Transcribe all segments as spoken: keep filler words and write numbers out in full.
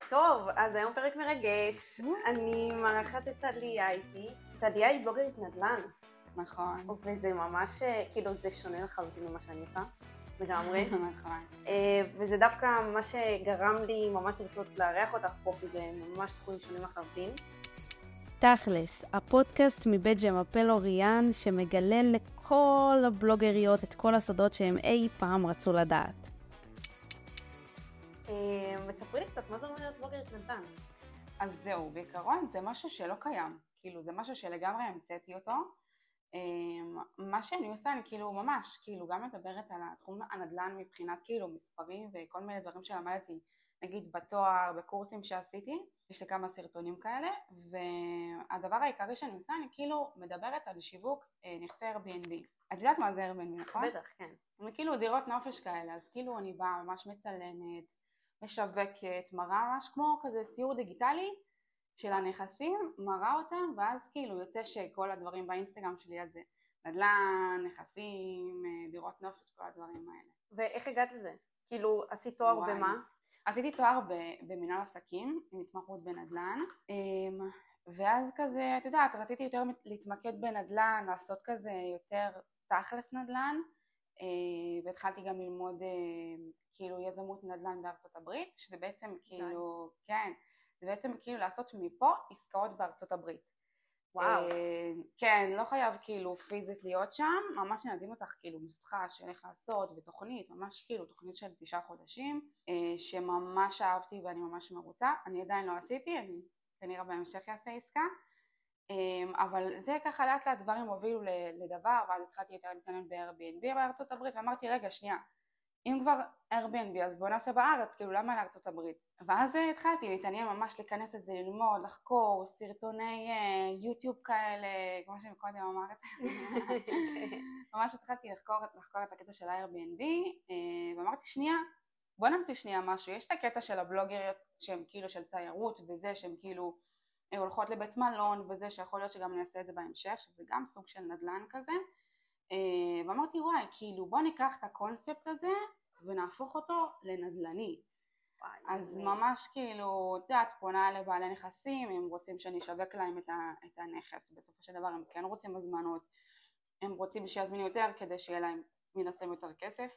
טוב, אז היום פרק מרגש. אני מארחת את טליה איתי. טליה היא בלוגרית נדל"ן. נכון. וזה ממש, כאילו, זה שונה לחלוטין ממה שאני עושה. לגמרי. נכון. וזה דווקא מה שגרם לי ממש לרצות לארח אותך פה, כי זה ממש תחומים שונים לחלוטין. תכלס, הפודקאסט מבית ג'מפל אוריאן שמגלה לכל הבלוגריות את כל הסודות שהם אי פעם רצו לדעת. ותספרי לי קצת, מה זה אומר להיות בלוגרית נדל"ן? אז זהו, בעיקרון זה משהו שלא קיים. כאילו, זה משהו שלגמרי המצאתי אותו. מה שאני עושה, אני כאילו ממש, כאילו גם מדברת על התחום הנדל"ן מבחינת כאילו מספרים וכל מיני דברים שלמדתי, נגיד בתואר, בקורסים שעשיתי, יש לי כמה סרטונים כאלה, והדבר העיקרי שאני עושה, אני כאילו מדברת על שיווק נכסי Airbnb. את יודעת מה זה Airbnb, נכון? בטח, כן. זה כאילו דירות נופש כאלה, אז כאילו אני באה ממש מצלמת, משווקת, מראה ממש כמו כזה סיור דיגיטלי של הנכסים, מראה אותם, ואז כאילו יוצא שכל הדברים באינסטגרם שלי על זה, נדל"ן, נכסים, דירות נופש, כל הדברים האלה. ואיך הגעת לזה? כאילו, עשית תואר במה? עשיתי תואר במנהל עסקים, עם התמחות בנדל"ן, ואז כזה, את יודעת, רציתי יותר להתמקד בנדל"ן, לעשות כזה יותר תכלס נדל"ן, והתחלתי גם ללמוד כאילו יזמות נדל"ן בארצות הברית, שזה בעצם כאילו, כן, זה בעצם כאילו לעשות מפה עסקאות בארצות הברית. וואו. כן, לא חייב כאילו פיזית להיות שם, ממש נדעים אותך כאילו נוסחה של איך לעשות ותוכנית, ממש כאילו תוכנית של תשעה חודשים, שממש אהבתי ואני ממש מרוצה. אני עדיין לא עשיתי, אני כנראה בהמשך אעשה עסקה, אבל זה ככה לאט לאט דברים הובילו לדבר, ואז התחלתי יותר להתעניין ב-Airbnb בארצות הברית, ואמרתי רגע שנייה, אם כבר Airbnb אז בוא נעשה בארץ, כאילו למה לארצות הברית? ואז התחלתי להתעניין ממש להיכנס את זה, ללמוד, לחקור, סרטוני יוטיוב כאלה, כמו שמקודם אמרת. ממש התחלתי לחקור, לחקור את הקטע של ה-Airbnb, ואמרתי שנייה, בוא נמציא שנייה משהו, יש את הקטע של הבלוגריות שהן כאילו של תיירות וזה, שהן כאילו הולכות לבית מלון וזה, שיכול להיות שגם נעשה את זה בהמשך, שזה גם סוג של נדל"ן כזה. ואמרתי וואי, כאילו בוא ניקח את הקונספט הזה ונהפוך אותו לנדל"ני. אז ממש כאילו, את יודעת, פונה לבעלי נכסים, הם רוצים שאני אשווק להם את הנכס, בסופו של דבר הם כן רוצים הזמנות, הם רוצים שיזמינו יותר כדי שיהיה להם מן הסתם יותר כסף,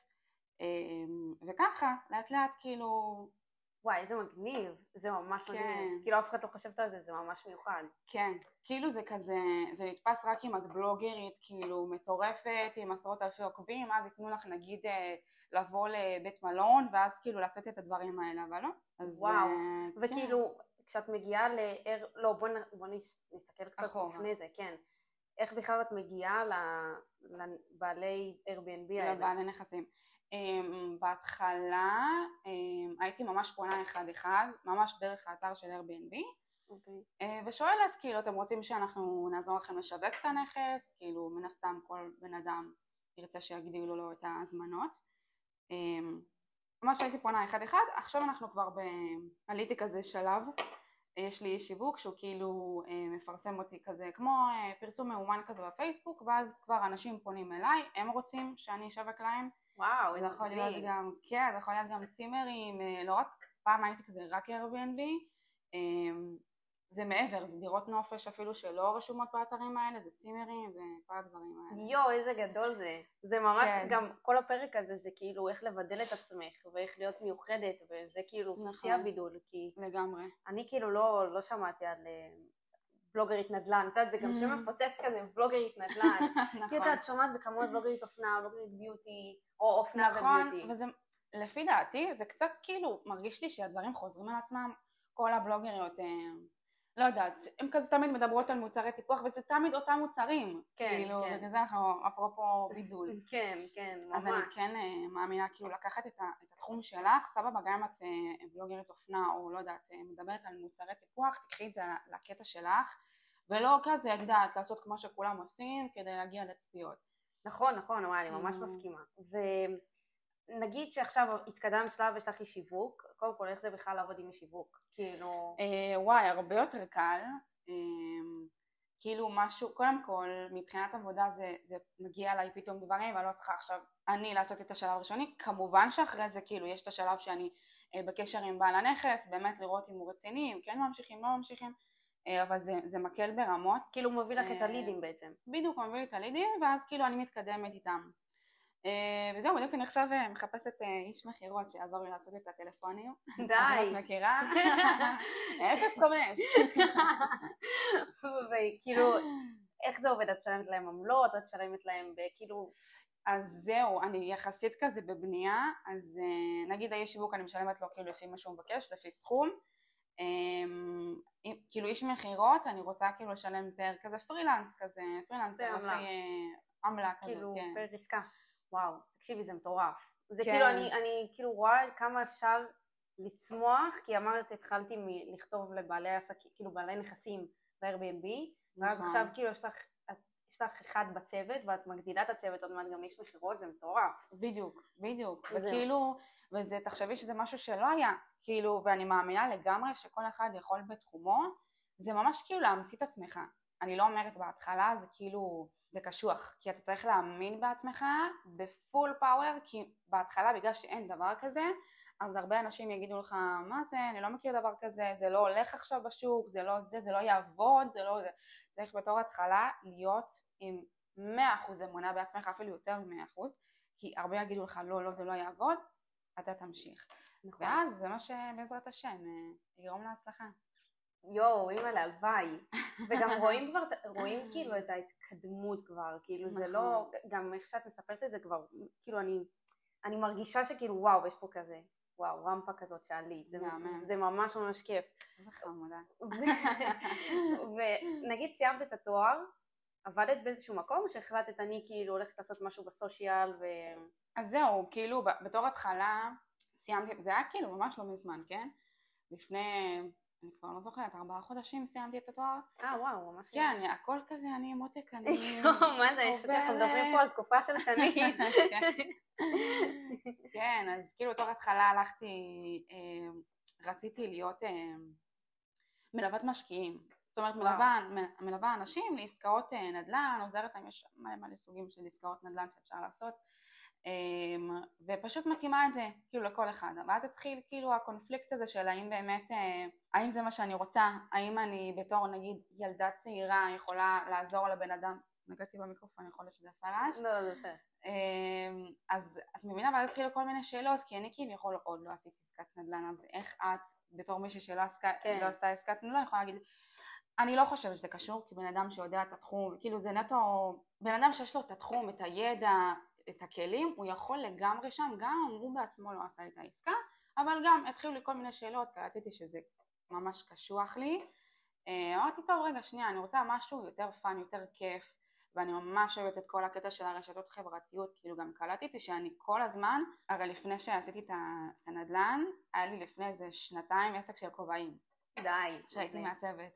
וככה לאט לאט כאילו... וואי, איזה מגניב, זה ממש מגניב, כאילו אף אחד לא חשבת על זה, זה ממש מיוחד. כן, כאילו זה כזה, זה נתפס רק אם את בלוגרית, כאילו מטורפת, עם עשרות אלפי עוקבים, אז ייתנו לך נגיד לבוא לבית מלון, ואז כאילו לעשות את הדברים האלה, אבל לא. וואו, וכאילו כשאת מגיעה ל... לא, בוא נסתכל קצת לפני זה, כן. איך בכלל את מגיעה לבעלי Airbnb האלה? לבעלי נכסים. Um, בהתחלה um, הייתי ממש פונה אחד אחד, ממש דרך האתר של Airbnb, okay. uh, ושואלת כאילו אתם רוצים שאנחנו נעזור לכם לשווק את הנכס, כאילו מן הסתם כל בן אדם ירצה שיגדילו לו את ההזמנות. um, ממש הייתי פונה אחד אחד, עכשיו אנחנו כבר בעליתי כזה שלב, יש לי שיווק שהוא כאילו uh, מפרסם אותי כזה כמו uh, פרסום מאומן כזה בפייסבוק, ואז כבר אנשים פונים אליי, הם רוצים שאני אשווק להם. וואו, זה יכול להיות גם, כן, זה יכול להיות גם צימרים, לא רק, פעם הייתי כזה רק Airbnb, זה מעבר, זה דירות נופש אפילו שלא רשומות באתרים האלה, זה צימרים וכל הדברים האלה. יו, איזה גדול זה, זה ממש גם, כל הפרק הזה זה כאילו איך לבדל את עצמך ואיך להיות מיוחדת, וזה כאילו שיא הבידול, כי לגמרי. אני כאילו לא שמעתי על... בלוגרית נדל"ן, זה גם שם מפוצץ כזה, בלוגרית נדל"ן. כי את שומעת בכמות בלוגרית אופנה, בלוגרית ביוטי, או אופנה וביוטי. נכון, וזה, לפי דעתי, זה קצת כאילו מרגיש לי שהדברים חוזרים על עצמם, כל הבלוגריות, לא יודעת, הם כזה תמיד מדברות על מוצרי טיפוח, וזה תמיד אותם מוצרים. כן, כאילו, כן. בגלל זה אנחנו אפרופו בידול. כן, כן, ממש. אז אני כן מאמינה כאילו לקחת את התחום שלך, סבבה, גם את בלוגרית אופנה, או לא יודעת, מדברת על מוצרי טיפוח, תקחי את זה לקטע שלך, ולא כזה, את יודעת, לעשות כמו שכולם עושים, כדי להגיע לצפיות. נכון, נכון, וואי, אני ממש מסכימה. ונגיד שעכשיו התקדמת שלה ויש לך שיווק, קודם כל, איך זה בכלל לעבוד עם שיווק? כאילו... וואי, הרבה יותר קל. כאילו משהו, קודם כל, מבחינת עבודה זה, זה מגיע אליי פתאום דברים, ואני לא צריכה עכשיו אני לעשות את השלב הראשוני, כמובן שאחרי זה כאילו יש את השלב שאני בקשר עם בעל הנכס, באמת לראות אם הוא רציני, אם כן ממשיכים, לא ממשיכים, אבל זה, זה מקל ברמות. כאילו הוא מביא לך את הלידים בעצם. בדיוק, הוא מביא לי את הלידים, ואז כאילו אני מתקדמת איתם. וזהו, בדיוק אני עכשיו מחפשת איש מחירות שיעזור לי לעשות את הטלפונים. די. אז את מכירה? אפס חמש. וכאילו, איך זה עובד? את משלמת להם עמלות? את משלמת להם בכאילו... אז זהו, אני יחסית כזה בבנייה, אז נגיד האיש שיווק אני משלמת לו כאילו לפי מה שהוא מבקש, לפי סכום. כאילו איש מחירות, אני רוצה כאילו לשלם פר כזה פרילנס כזה, פרילנס לפי עמלה כזאת. כאילו פר עסקה. וואו, תקשיבי, זה מטורף. זה כאילו, אני כאילו רואה כמה אפשר לצמוח, כי אמרת, התחלתי לכתוב לבעלי עסקים, כאילו בעלי נכסים ב-Airbnb, ואז עכשיו כאילו יש לך, יש לך אחד בצוות, ואת מגדילה את הצוות, עוד מעט גם יש מחירות, זה מטורף. בדיוק, בדיוק. וכאילו, וזה, תחשבי שזה משהו שלא היה, כאילו, ואני מאמינה לגמרי שכל אחד יכול בתחומו, זה ממש כאילו להמציא את עצמך. אני לא אומרת בהתחלה, זה כאילו, זה קשוח, כי אתה צריך להאמין בעצמך בפול פאוור, כי בהתחלה בגלל שאין דבר כזה, אז הרבה אנשים יגידו לך, מה זה, אני לא מכיר דבר כזה, זה לא הולך עכשיו בשוק, זה לא זה, זה לא יעבוד, זה לא זה. צריך בתור התחלה להיות עם מאה אחוז אמונה בעצמך, אפילו יותר מ-מאה אחוז, כי הרבה יגידו לך, לא, לא, זה לא יעבוד, אתה תמשיך. נכון. ואז זה מה שבעזרת השם יגרום להצלחה. יואו, אימא להלוואי. וגם רואים כבר, רואים כאילו את ההתקדמות כבר, כאילו זה לא, גם איך שאת מספרת את זה כבר, כאילו אני, אני מרגישה שכאילו וואו, יש פה כזה, וואו, רמפה כזאת שעלית, זה, זה ממש ממש כיף. זה חמודה. ונגיד סיימת את התואר, עבדת באיזשהו מקום, או שהחלטת אני כאילו הולכת לעשות משהו בסושיאל ו... אז זהו, כאילו בתור התחלה סיימתי, זה היה כאילו ממש לא מזמן, כן? לפני... אני כבר לא זוכרת, ארבעה חודשים סיימתי את התואר. אה, וואו, ממש... כן, הכל כזה, אני מותק, אני... מה זה, אנחנו מדברים פה על תקופה של שנים. כן, אז כאילו בתור התחלה הלכתי, רציתי להיות מלוות משקיעים. זאת אומרת, מלווה אנשים לעסקאות נדל"ן, עוזרת להם, יש מלא סוגים של עסקאות נדל"ן שאפשר לעשות. ופשוט מתאימה את זה כאילו לכל אחד, ואז התחיל כאילו הקונפליקט הזה של האם באמת, האם זה מה שאני רוצה, האם אני בתור נגיד ילדה צעירה יכולה לעזור לבן אדם, נגעתי במיקרופון, יכול להיות שזה עשה רעש? לא, לא, זה בסדר. אז את מבינה, ואז התחילו כל מיני שאלות, כי אני כאילו יכול עוד לא עשיתי עסקת נדל"ן, אז איך את בתור מישהי שלא עשתה עסקת נדל"ן יכולה להגיד, אני לא חושבת שזה קשור, כי בן אדם שיודע את התחום, כאילו זה נטו, בן אדם שיש לו את התחום, את הידע, את הכלים, הוא יכול לגמרי שם, גם אמרו בעצמו לא עשה את העסקה, אבל גם התחילו לי כל מיני שאלות, קלטתי שזה ממש קשוח לי, אמרתי טוב רגע שנייה, אני רוצה משהו יותר פן, יותר כיף, ואני ממש אוהבת את כל הקטע של הרשתות חברתיות, כאילו גם קלטתי שאני כל הזמן, הרי לפני שעשיתי את הנדל"ן, היה לי לפני איזה שנתיים עסק של כובעים, די, שהייתי מעצבת,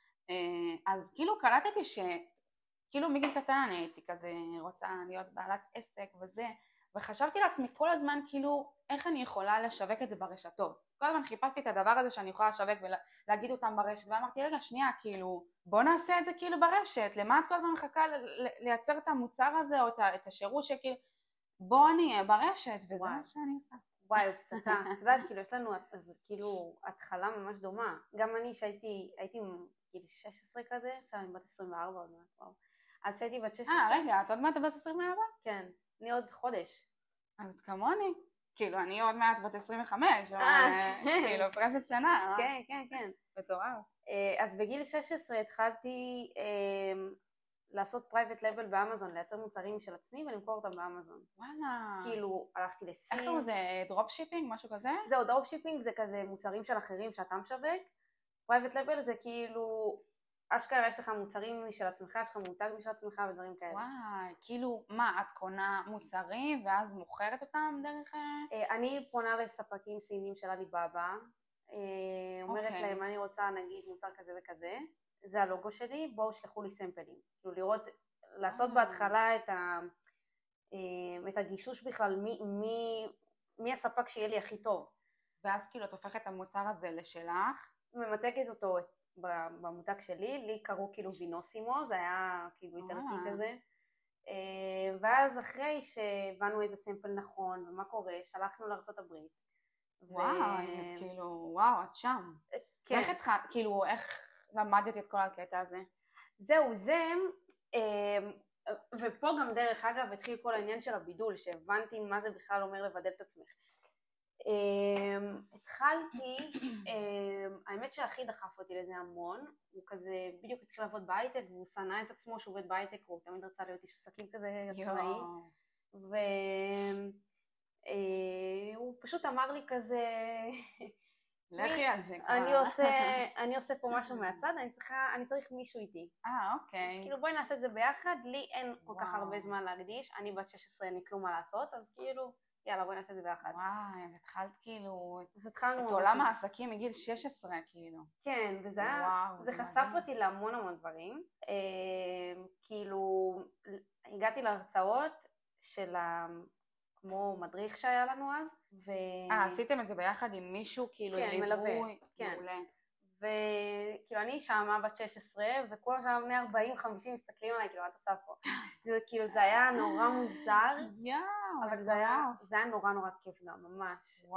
אז כאילו קלטתי ש... כאילו מגיל קטן הייתי כזה רוצה להיות בעלת עסק וזה, וחשבתי לעצמי כל הזמן כאילו איך אני יכולה לשווק את זה ברשתות. כל הזמן חיפשתי את הדבר הזה שאני יכולה לשווק ולהגיד אותם ברשת, ואמרתי רגע שנייה כאילו בוא נעשה את זה כאילו ברשת, למה את כל הזמן מחכה לייצר את המוצר הזה או את השירות שכאילו בוא נהיה ברשת, וזה מה שאני עושה. וואי, הוא פצצה. את יודעת, כאילו יש לנו אז כאילו התחלה ממש דומה. גם אני שהייתי, הייתי כאילו שש עשרה כזה, עכשיו אני בת עשרים וארבע עוד מעט, וואו. אז שהייתי בת שש עשרה... אה, רגע, את עוד מעט בת עשרים וארבע? כן, אני עוד חודש. אז כמוני. כאילו, אני עוד מעט בת עשרים וחמש, כאילו, פרשת שנה. כן, כן, כן. מטורף. אז בגיל שש עשרה התחלתי לעשות פרייבט לייבל באמזון, לייצר מוצרים של עצמי ולמכור אותם באמזון. וואלה. אז כאילו, הלכתי לסין. איך זה, דרופ שיפינג, משהו כזה? זהו, דרופ שיפינג זה כזה מוצרים של אחרים שאתה משווק. פרייבט לייבל זה כאילו... אשכרה יש לך מוצרים משל עצמך, יש לך מותג משל עצמך ודברים כאלה. וואי, כאילו, מה, את קונה מוצרים ואז מוכרת אותם דרך... אני פונה לספקים סינים של עליבאבא, אומרת להם, אני רוצה נגיד מוצר כזה וכזה, זה הלוגו שלי, בואו שלחו לי סמפלים. כאילו לראות, לעשות בהתחלה את הגישוש בכלל, מי הספק שיהיה לי הכי טוב. ואז כאילו את הופכת את המוצר הזה לשלך. ממתקת אותו במותג שלי, לי קראו כאילו וינוסימו, זה היה כאילו איטלקי כזה, ואז אחרי שהבנו איזה סמפל נכון ומה קורה, שלחנו לארצות הברית, וואו, ו... כאילו, וואו, את שם. כן. איך התח... כאילו, איך למדת את כל הקטע הזה? זהו, זה, ופה גם דרך אגב התחיל כל העניין של הבידול, שהבנתי מה זה בכלל אומר לבדל את עצמך. התחלתי, האמת שהכי דחף אותי לזה המון, הוא כזה בדיוק התחיל לעבוד בהייטק, והוא שנא את עצמו שהוא עובד בהייטק, הוא תמיד רצה להיות איש עסקים כזה עצמאי, והוא פשוט אמר לי כזה, לכי על זה כבר. אני עושה, אני עושה פה משהו מהצד, אני צריכה, אני צריך מישהו איתי. אה, אוקיי. אז כאילו בואי נעשה את זה ביחד, לי אין כל כך הרבה זמן להקדיש, אני בת שש עשרה, אין לי כלום מה לעשות, אז כאילו, יאללה בואי נעשה את זה ביחד. וואי, אז התחלת כאילו, אז התחלנו את עולם העסקים מגיל שש עשרה כאילו. כן, וזה היה, זה חשף אותי להמון המון דברים, כאילו, הגעתי להרצאות של ה... כמו מדריך שהיה לנו אז. אה, עשיתם את זה ביחד עם מישהו, כאילו, כן, מלווה, כן. וכאילו אני שמה בת שש עשרה, וכולם שם בני ארבעים חמישים מסתכלים עליי, כאילו, מה את עושה פה? כאילו, זה היה נורא מוזר, אבל זה היה נורא נורא כיף גם, ממש.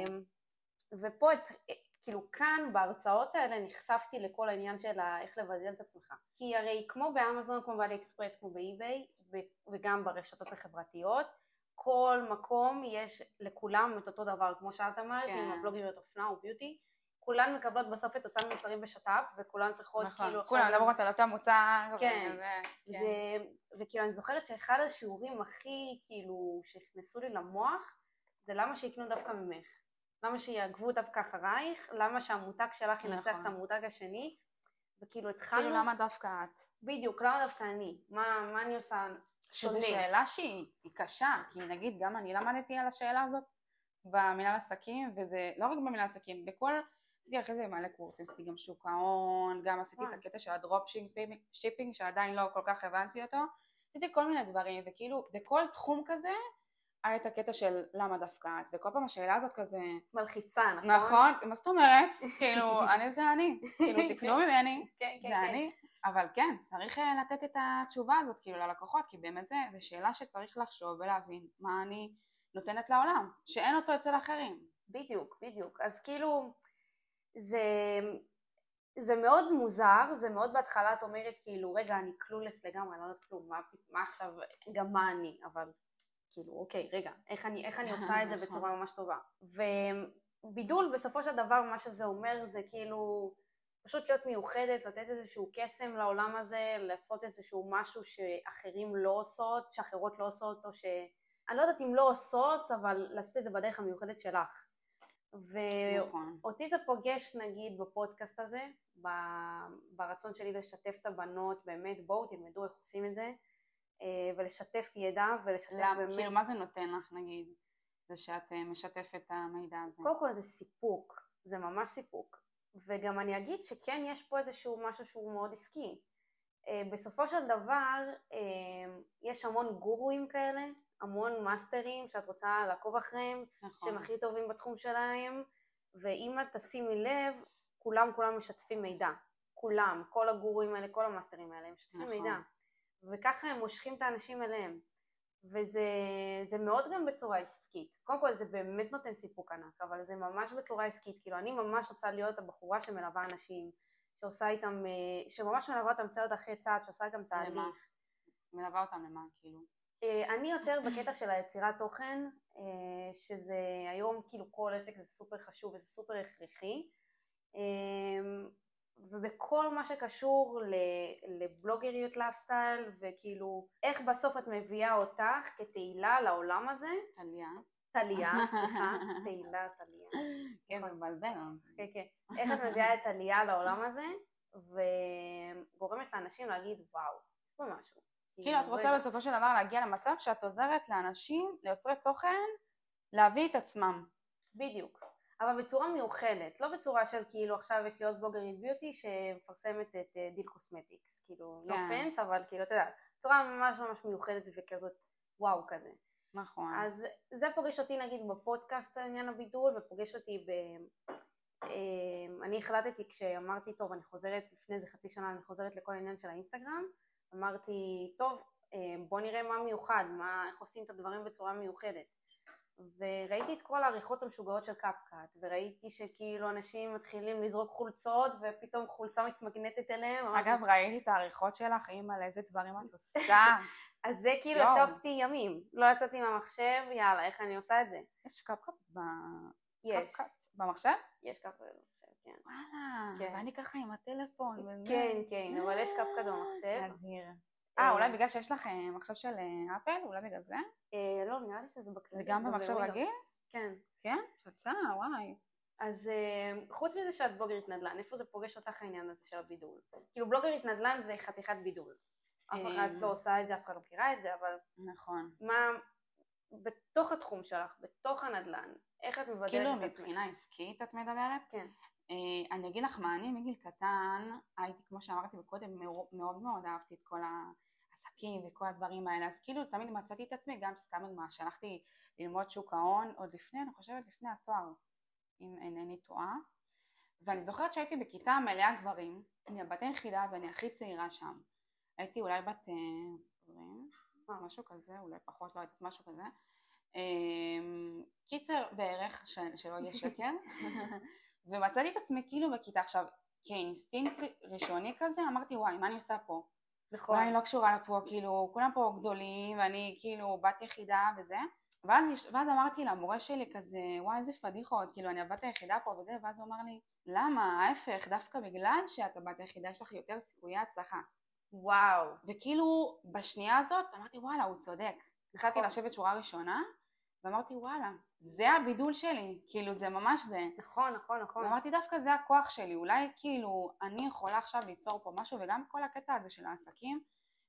ופה, כאילו, כאן, בהרצאות האלה, נחשפתי לכל העניין של איך לבדל את עצמך. כי הרי כמו באמזון, כמו באלי אקספרס, כמו באי-ביי, וגם ברשתות החברתיות, כל מקום יש לכולם את אותו דבר, כמו שאת אמרת, עם הבלוגריות אופנה או ביוטי, כולן מקבלות בסוף את אותם מוצרים בשטאפ, וכולן צריכות כאילו... כולן מדברות על אותם מוצר. כן, וכאילו אני זוכרת שאחד השיעורים הכי כאילו שהכנסו לי למוח, זה למה שיקנו דווקא ממך, למה שיעקבו דווקא אחרייך, למה שהמותג שלך ינצח את המותג השני, וכאילו התחלנו... כאילו למה דווקא את? בדיוק, למה דווקא אני? מה אני עושה... שזו שאלה שהיא קשה, כי נגיד גם אני למדתי על השאלה הזאת במנהל עסקים, וזה לא רק במנהל עסקים, בכל, עשיתי אחרי זה מלא קורסים, עשיתי גם שוק ההון, גם עשיתי את הקטע של הדרופ שיפינג, שעדיין לא כל כך הבנתי אותו, עשיתי כל מיני דברים, וכאילו בכל תחום כזה, היה את הקטע של למה דווקא את, וכל פעם השאלה הזאת כזה... מלחיצה, נכון? נכון, מה זאת אומרת? כאילו, אני זה אני, כאילו תקנו ממני, זה אני. אבל כן, צריך לתת את התשובה הזאת כאילו ללקוחות, כי באמת זה, זה שאלה שצריך לחשוב ולהבין מה אני נותנת לעולם, שאין אותו אצל אחרים. בדיוק, בדיוק. אז כאילו, זה, זה מאוד מוזר, זה מאוד בהתחלה את אומרת כאילו, רגע, אני קלולס לגמרי, אני לא יודעת כלום, מה, מה עכשיו, גם מה אני, אבל כאילו, אוקיי, רגע, איך אני, איך אני עושה את זה בצורה ממש טובה. ובידול, בסופו של דבר, מה שזה אומר זה כאילו, פשוט להיות מיוחדת, לתת איזשהו קסם לעולם הזה, לעשות איזשהו משהו שאחרים לא עושות, שאחרות לא עושות, או שאני לא יודעת אם לא עושות, אבל לעשות את זה בדרך המיוחדת שלך. ואותי זה פוגש נגיד בפודקאסט הזה, ברצון שלי לשתף את הבנות, באמת בואו תלמדו איך עושים את זה, ולשתף ידע ולשתף באמת... כאילו מה זה נותן לך נגיד, זה שאת משתפת את המידע הזה? קודם כל זה סיפוק, זה ממש סיפוק. וגם אני אגיד שכן יש פה איזשהו משהו שהוא מאוד עסקי. בסופו של דבר יש המון גורואים כאלה, המון מאסטרים שאת רוצה לעקוב אחריהם, נכון. שהם הכי טובים בתחום שלהם, ואם את תשימי לב, כולם כולם משתפים מידע. כולם, כל הגורואים האלה, כל המאסטרים האלה, הם משתפים נכון. מידע. וככה הם מושכים את האנשים אליהם. וזה זה מאוד גם בצורה עסקית. קודם כל זה באמת נותן סיפוק ענק, אבל זה ממש בצורה עסקית. כאילו אני ממש רוצה להיות הבחורה שמלווה אנשים, שעושה איתם, שממש מלווה אותם צעד אחרי צעד, שעושה איתם תהליך. למה? מלווה אותם למה כאילו? אני יותר בקטע של היצירת תוכן, שזה היום כאילו כל עסק זה סופר חשוב וזה סופר הכרחי. ובכל מה שקשור לבלוגריות לייפסטייל, וכאילו איך בסוף את מביאה אותך כתהילה לעולם הזה. תליה. תליה, סליחה, תהילה, תליה. כן, זה מבלבל. כן, כן. איך את מביאה את תליה לעולם הזה, וגורמת לאנשים להגיד וואו, יש פה משהו. כאילו את רוצה בסופו של דבר להגיע למצב שאת עוזרת לאנשים, ליוצרי תוכן, להביא את עצמם. בדיוק. אבל בצורה מיוחדת, לא בצורה של כאילו עכשיו יש לי עוד בלוגרית ביוטי שמפרסמת את דיל קוסמטיקס, כאילו לא פנס, אבל כאילו אתה יודע, בצורה ממש ממש מיוחדת וכזאת וואו כזה. נכון. אז זה פוגש אותי נגיד בפודקאסט העניין הבידול, ופוגש אותי ב... אני החלטתי כשאמרתי טוב אני חוזרת, לפני זה חצי שנה אני חוזרת לכל העניין של האינסטגרם, אמרתי טוב בוא נראה מה מיוחד, מה, איך עושים את הדברים בצורה מיוחדת. וראיתי את כל העריכות המשוגעות של קאפקאט, וראיתי שכאילו אנשים מתחילים לזרוק חולצות, ופתאום חולצה מתמגנטת אליהם. אגב, ראיתי את העריכות שלך, אימא, לאיזה דברים את עושה. אז זה כאילו ישבתי ימים, לא יצאתי מהמחשב, יאללה, איך אני עושה את זה? יש קאפקאט ב... יש. במחשב? יש קאפקאט במחשב, כן. וואלה, ואני ככה עם הטלפון. כן, כן, אבל יש קאפקאט במחשב. אדיר. אה, אולי בגלל שיש לך מחשב של אפל? אולי בגלל זה? לא, נראה לי שזה בכלל. וגם במחשב רגיל? כן. כן? פצצה, וואי. אז חוץ מזה שאת בלוגרית נדל"ן, איפה זה פוגש אותך העניין הזה של הבידול? כאילו בלוגרית נדל"ן זה חתיכת בידול. אף אחד לא עושה את זה, אף אחד לא מכירה את זה, אבל... נכון. מה, בתוך התחום שלך, בתוך הנדל"ן, איך את מבדלת את עצמך? כאילו מבחינה עסקית את מדברת? כן. אני אגיד לך מה, אני מגיל קטן, הייתי, כמו שאמרתי בקודם, מאוד מאוד אהבתי את כל העסקים וכל הדברים האלה, אז כאילו תמיד מצאתי את עצמי, גם סתם מה, שהלכתי ללמוד שוק ההון, עוד לפני, אני חושבת לפני התואר, אם אינני טועה, ואני זוכרת שהייתי בכיתה מלאה גברים, אני הבת היחידה ואני הכי צעירה שם, הייתי אולי בת עשרים, משהו כזה, אולי פחות, לא יודעת, משהו כזה, קיצר בערך, שלא יהיה שקר, ומצאתי את עצמי כאילו בכיתה. עכשיו, כאינסטינקט ראשוני כזה, אמרתי וואי, מה אני עושה פה? נכון. אולי אני לא קשורה לפה, כאילו, כולם פה גדולים, ואני כאילו בת יחידה וזה, ואז, ואז אמרתי למורה שלי כזה, וואי, איזה פדיחות, כאילו, אני הבת היחידה פה וזה, ואז הוא אמר לי, למה? ההפך, דווקא בגלל שאת הבת היחידה, יש לך יותר סיכויי הצלחה. וואו. וכאילו, בשנייה הזאת, אמרתי, וואלה, הוא צודק. התחלתי לשבת שורה ראשונה, ואמרתי, וואלה, זה הבידול שלי, כאילו זה ממש זה. נכון, נכון, נכון. ואמרתי, דווקא זה הכוח שלי, אולי כאילו אני יכולה עכשיו ליצור פה משהו, וגם כל הקטע הזה של העסקים,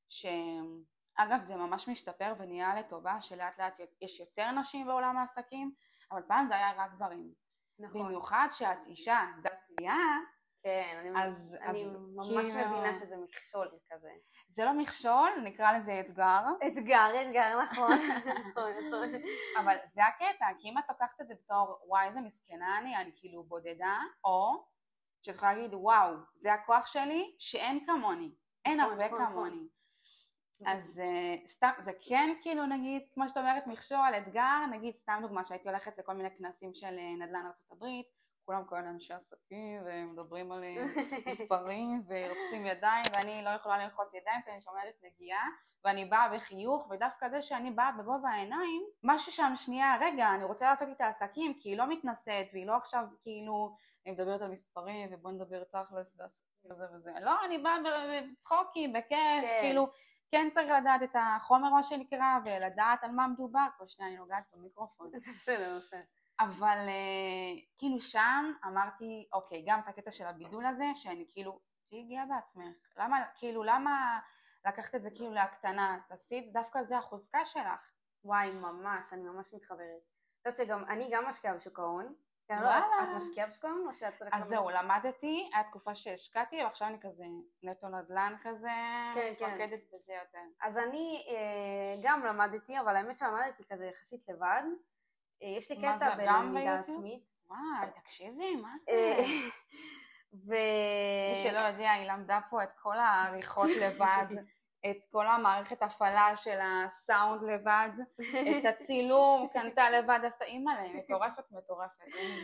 שאגב זה ממש משתפר ונהיה לטובה, שלאט לאט יש יותר נשים בעולם העסקים, אבל פעם זה היה רק גברים. נכון. במיוחד שאת אישה דתייה, כן, אני, אז, אני אז ממש כאילו... מבינה שזה מכשול כזה. זה לא מכשול, נקרא לזה אתגר. אתגר, אתגר, נכון. נכון, נכון. אבל זה הקטע, כי אם את לוקחת את זה בתור, וואי, איזה מסכנה אני, אני כאילו בודדה, או שאת יכולה להגיד, וואו, זה הכוח שלי, שאין כמוני, אין נכון, הרבה נכון, כמוני. נכון. אז uh, סתם, זה כן כאילו נגיד, כמו שאת אומרת, מכשול, אתגר, נגיד סתם דוגמה שהייתי הולכת לכל מיני כנסים של נדל"ן ארצות הברית, כולם כל אנשי עסקים ומדברים על מספרים ורוצים ידיים, ואני לא יכולה ללחוץ ידיים כי אני שומרת נגיעה, ואני באה בחיוך, ודווקא זה שאני באה בגובה העיניים, משהו שם שנייה, רגע, אני רוצה לעשות את העסקים, כי היא לא מתנשאת, והיא לא עכשיו כאילו מדברת על מספרים, ובוא נדבר תכלס ועסקים וזה וזה, לא, אני באה בצחוקי, בכיף, כן. כאילו, כן צריך לדעת את החומר מה שנקרא, ולדעת על מה מדובר, כל שנייה אני נוגעת במיקרופון. זה בסדר, בסדר. אבל uh, כאילו שם אמרתי, אוקיי, גם את הקטע של הבידול הזה, שאני כאילו, תהי גאה בעצמך, למה, כאילו, למה לקחת את זה כאילו להקטנה, תעשית, דווקא זה החוזקה שלך. וואי, ממש, אני ממש מתחברת. זאת אומרת שגם, אני גם משקיעה בשוק ההון, כן, לא, את, את משקיעה בשוק ההון או שאת רק... אז זהו, למדתי, היה תקופה שהשקעתי, ועכשיו אני כזה נטו נדל"ן כזה, כן, מתמקדת כן. בזה יותר. אז אני אה, גם למדתי, אבל האמת שלמדתי כזה יחסית לבד, יש לי קטע בלמידה עצמית. וואי, תקשיבי, מה זה? ו... מי שלא יודע, היא למדה פה את כל העריכות לבד, את כל המערכת הפעלה של הסאונד לבד, את הצילום, קנתה לבד, עשתה אימא להם, מטורפת, מטורפת.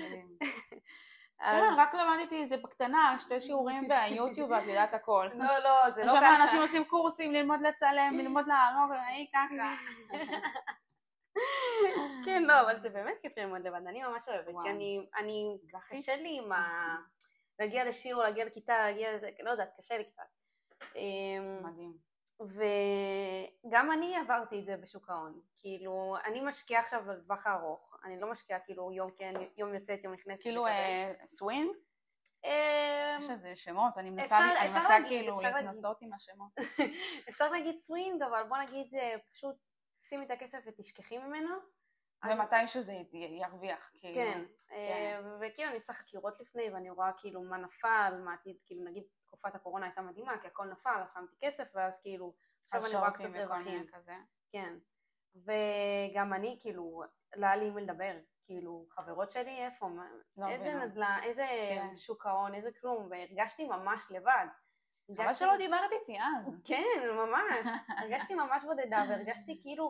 רק למדתי את זה בקטנה, שתי שיעורים ביוטיוב ואת יודעת הכל. לא, לא, זה לא ככה. עכשיו אנשים עושים קורסים, ללמוד לצלם, ללמוד לערוך, להיא ככה. כן, לא, אבל זה באמת כיף ללמוד לבד, אני ממש אוהבת, כי אני, אני, קשה לי עם ה... להגיע לשיעור, להגיע לכיתה, להגיע לזה, לא יודעת, קשה לי קצת. מדהים. וגם אני עברתי את זה בשוק ההון, כאילו, אני משקיעה עכשיו בטווח הארוך, אני לא משקיעה כאילו יום כן, יום יוצאת, יום נכנסת. כאילו סווינג? יש איזה שמות, אני מנסה כאילו להתנסות עם השמות. אפשר להגיד סווינג, אבל בוא נגיד פשוט שימי את הכסף ותשכחי ממנו. ומתישהו זה ירוויח, כאילו. כן, וכאילו אני עושה חקירות לפני, ואני רואה כאילו מה נפל, מה עתיד, כאילו נגיד תקופת הקורונה הייתה מדהימה, כי הכל נפל, אז שמתי כסף, ואז כאילו, עכשיו אני רואה קצת רווחים. כן, וגם אני כאילו, לא היה לי מי לדבר, כאילו, חברות שלי, איפה, איזה נדל"ן, איזה שוק ההון, איזה כלום, והרגשתי ממש לבד. אבל שלא דיברת איתי אז. כן, ממש. הרגשתי ממש בודדה, והרגשתי כאילו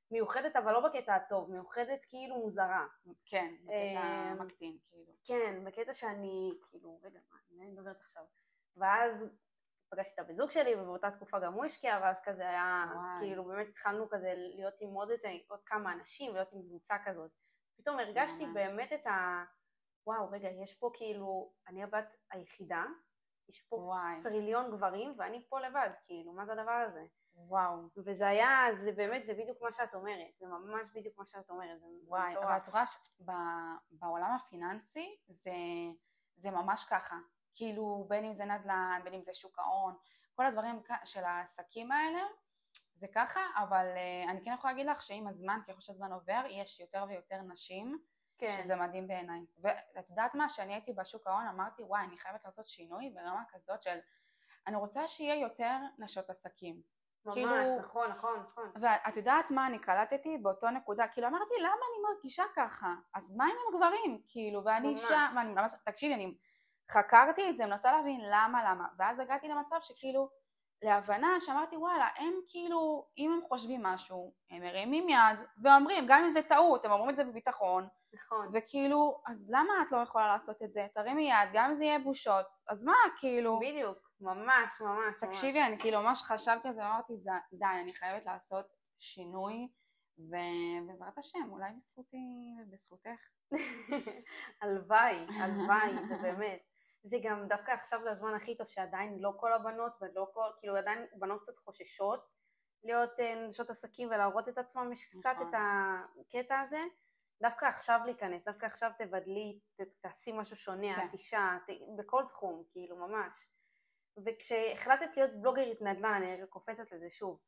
מיוחדת, אבל לא בקטע הטוב, מיוחדת כאילו מוזרה. כן, בקטע מקטין, כאילו. כן, בקטע שאני, כאילו, רגע, מה, אני מדברת עכשיו. ואז פגשתי את הבן זוג שלי, ובאותה תקופה גם הוא השקיע, ואז כזה היה, כאילו, באמת התחלנו כזה להיות עם עוד, עוד כמה אנשים, להיות עם קבוצה כזאת. פתאום הרגשתי באמת את ה... וואו, רגע, יש פה כאילו, אני הבת היחידה, יש פה וואי. טריליון גברים, ואני פה לבד, כאילו, מה זה הדבר הזה? וואו. וזה היה, זה באמת, זה בדיוק מה שאת אומרת, זה ממש בדיוק מה שאת אומרת. זה וואי, אבל את רואה שבעולם הפיננסי, זה, זה ממש ככה. כאילו, בין אם זה נדל"ן, בין אם זה שוק ההון, כל הדברים של העסקים האלה, זה ככה, אבל אני כן יכולה להגיד לך שעם הזמן, ככל שהזמן עובר, יש יותר ויותר נשים, כן. שזה מדהים בעיניי. ואת יודעת מה, שאני הייתי בשוק ההון, אמרתי, וואי, אני חייבת לעשות שינוי ברמה כזאת של, אני רוצה שיהיה יותר נשות עסקים. ממש, כאילו, נכון, נכון, נכון. ואת יודעת מה אני קלטתי באותו נקודה, כאילו אמרתי, למה אני מרגישה ככה? אז מה עם הגברים? כאילו, ואני אישה, ואני, תקשיבי, אני חקרתי את זה, מנסה להבין למה, למה, ואז הגעתי למצב שכאילו, להבנה שאמרתי, וואלה, הם כאילו, אם הם חושבים משהו, הם מרימים יד, ואומרים, גם אם זה טעות, הם אומרים את זה בביטחון, נכון. וכאילו, אז למה את לא יכולה לעשות את זה? תרימי יד, גם אם זה יהיה בושות, אז מה, כאילו? בדיוק, ממש, ממש. תקשיבי, ממש. אני כאילו ממש חשבתי על זה, אמרתי, די, אני חייבת לעשות שינוי, ובעזרת השם, אולי בזכותי ובזכותך. הלוואי, הלוואי, זה באמת. זה גם דווקא עכשיו זה הזמן הכי טוב שעדיין לא כל הבנות, ולא כל, כאילו עדיין בנות קצת חוששות להיות נשות עסקים ולהראות את עצמם, יש קצת את הקטע הזה, דווקא עכשיו להיכנס, דווקא עכשיו תבדלי, תעשי משהו שונה, את אישה, בכל תחום, כאילו ממש. וכשהחלטת להיות בלוגרית נדל"ן, אני קופצת לזה שוב,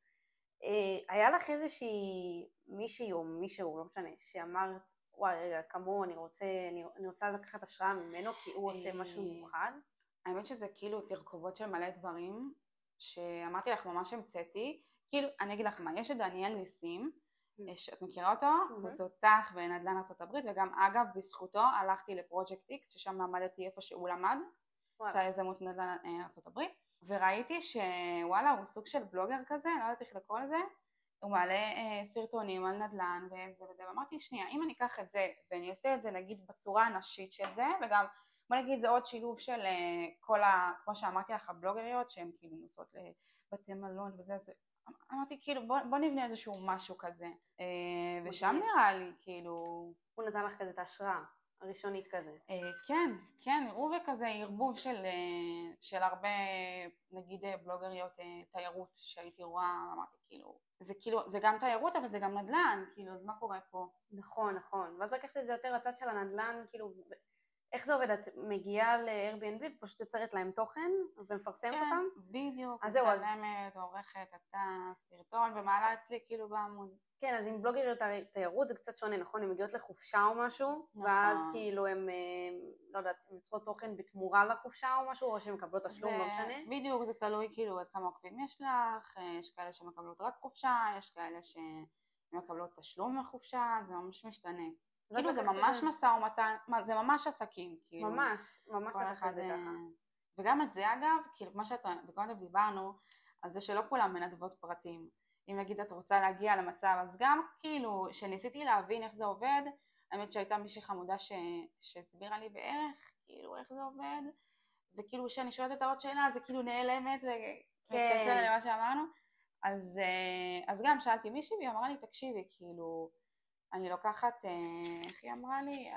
היה לך איזושהי מישהי או מישהו, לא משנה, שאמרת, וואי, רגע, כמו אני רוצה, אני, אני רוצה לקחת השראה ממנו, כי הוא עושה משהו מיוחד. האמת שזה כאילו תרכובות של מלא דברים, שאמרתי לך ממש המצאתי, כאילו, אני אגיד לך מה, יש את דניאל ניסים, את מכירה אותו? הוא תותח בנדל"ן ארצות הברית, וגם אגב, בזכותו הלכתי לפרויקט איקס, ששם למדתי איפה שהוא למד, את היזמות נדל"ן ארצות הברית, וראיתי שוואלה, הוא סוג של בלוגר כזה, לא יודעת איך לקרוא לזה, הוא מעלה אה, סרטונים על נדל"ן וזה וזה, ואמרתי שנייה, אם אני אקח את זה ואני אעשה את זה נגיד בצורה הנשית של זה, וגם בוא נגיד זה עוד שילוב של אה, כל ה, כמו שאמרתי לך, הבלוגריות שהן כאילו נוסעות לבתי מלון וזה, זה, אמרתי כאילו בוא, בוא נבנה איזשהו משהו כזה, אה, ושם נראה לי כאילו... הוא נתן לך כזה את ההשראה הראשונית כזה. אה, כן, כן, הוא וכזה ערבוב של, אה, של הרבה נגיד בלוגריות אה, תיירות שהייתי רואה, אמרתי כאילו זה כאילו, זה גם תיירות, אבל זה גם נדל"ן, כאילו, אז מה קורה פה? נכון, נכון. ואז לקחת את זה יותר לצד של הנדל"ן, כאילו, איך זה עובד? את מגיעה ל-Airbnb, פשוט יוצרת להם תוכן ומפרסמת כן, אותם? כן, בדיוק, מצלמת, עורכת, אתה, סרטון, ומעלה אצלי כאילו בעמוד. כן, אז עם בלוגריות תיירות זה קצת שונה, נכון? הן מגיעות לחופשה או משהו, נכון. ואז כאילו הן, לא יודעת, הן יוצרות תוכן בתמורה לחופשה או משהו, או שהן מקבלות תשלום, זה, לא משנה? בדיוק, זה תלוי כאילו עד כמה עוקבים יש לך, יש כאלה שמקבלות רק חופשה, יש כאלה שמקבלות תשלום לחופשה, זה ממש משתנה. כאילו זה ממש מסע ומתן, זה ממש עסקים, כאילו. ממש, ממש לקחת את זה ככה. וגם את זה אגב, כאילו כמו שאתה, וכמו דיברנו, על זה שלא כולם מנדבות פרטים. אם נגיד את רוצה להגיע למצב, אז גם כאילו שניסיתי להבין איך זה עובד, האמת שהייתה מישהי חמודה ש... שהסבירה לי בערך כאילו איך זה עובד, וכאילו שאני שואלת את העוד שאלה, זה כאילו נעלמת ומתקשר כן. למה שאמרנו, אז, אז גם שאלתי מישהי והיא אמרה לי, תקשיבי, כאילו, אני לוקחת, איך היא אמרה לי,